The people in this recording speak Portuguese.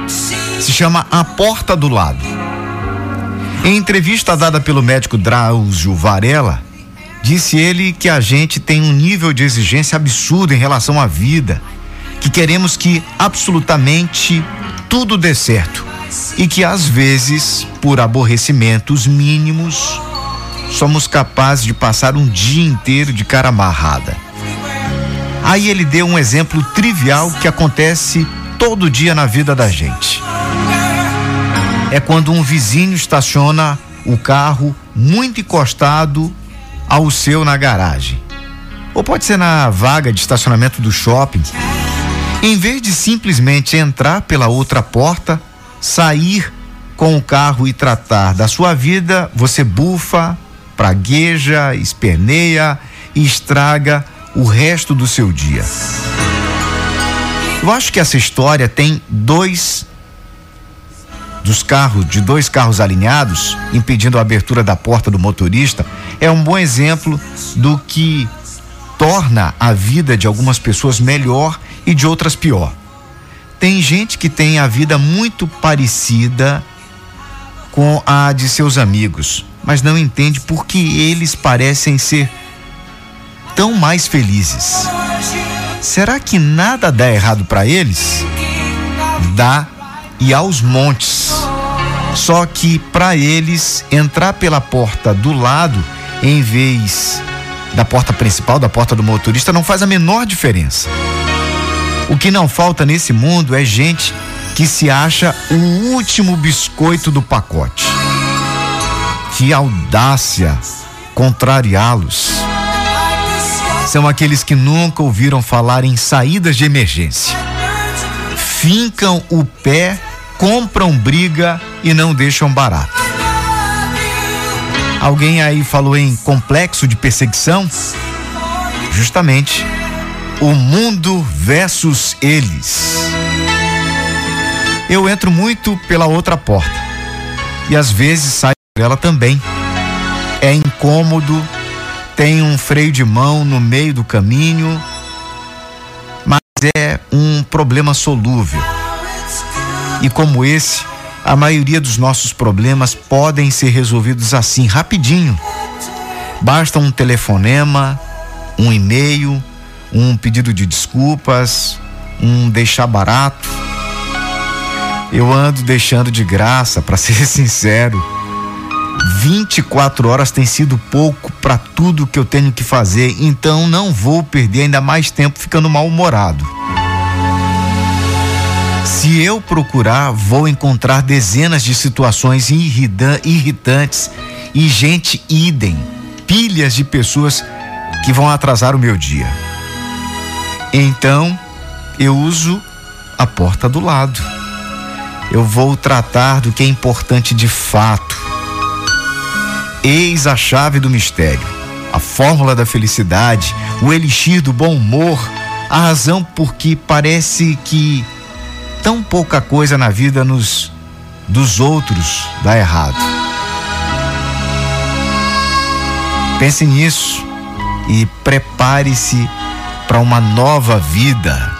Se chama A Porta do Lado. Em entrevista dada pelo médico Drauzio Varela, disse ele que a gente tem um nível de exigência absurdo em relação à vida, que queremos que absolutamente tudo dê certo e que às vezes, por aborrecimentos mínimos, somos capazes de passar um dia inteiro de cara amarrada. Aí ele deu um exemplo trivial que acontece todo dia na vida da gente. É quando um vizinho estaciona o carro muito encostado ao seu na garagem. Ou pode ser na vaga de estacionamento do shopping. Em vez de simplesmente entrar pela outra porta, sair com o carro e tratar da sua vida, você bufa, pragueja, esperneia e estraga o resto do seu dia. Eu acho que essa história tem dois carros alinhados, impedindo a abertura da porta do motorista, é um bom exemplo do que torna a vida de algumas pessoas melhor e de outras pior. Tem gente que tem a vida muito parecida com a de seus amigos, mas não entende por que eles parecem ser tão mais felizes. Será que nada dá errado para eles? Dá, e aos montes. Só que para eles entrar pela porta do lado em vez da porta principal, da porta do motorista, não faz a menor diferença. O que não falta nesse mundo é gente que se acha o último biscoito do pacote. Que audácia contrariá-los. São aqueles que nunca ouviram falar em saídas de emergência. Fincam o pé, compram briga e não deixam barato. Alguém aí falou em complexo de perseguição? Justamente, o mundo versus eles. Eu entro muito pela outra porta e às vezes saio por ela também. É incômodo, tem um freio de mão no meio do caminho, mas é um problema solúvel. E como esse, a maioria dos nossos problemas podem ser resolvidos assim, rapidinho. Basta um telefonema, um e-mail, um pedido de desculpas, um deixar barato. Eu ando deixando de graça, para ser sincero. 24 horas tem sido pouco para tudo que eu tenho que fazer, então não vou perder ainda mais tempo ficando mal-humorado. Se eu procurar, vou encontrar dezenas de situações irritantes e gente idem, pilhas de pessoas que vão atrasar o meu dia. Então, eu uso a porta do lado. Eu vou tratar do que é importante de fato. Eis a chave do mistério, a fórmula da felicidade, o elixir do bom humor, a razão por que parece que tão pouca coisa na vida dos outros dá errado. Pense nisso e prepare-se para uma nova vida.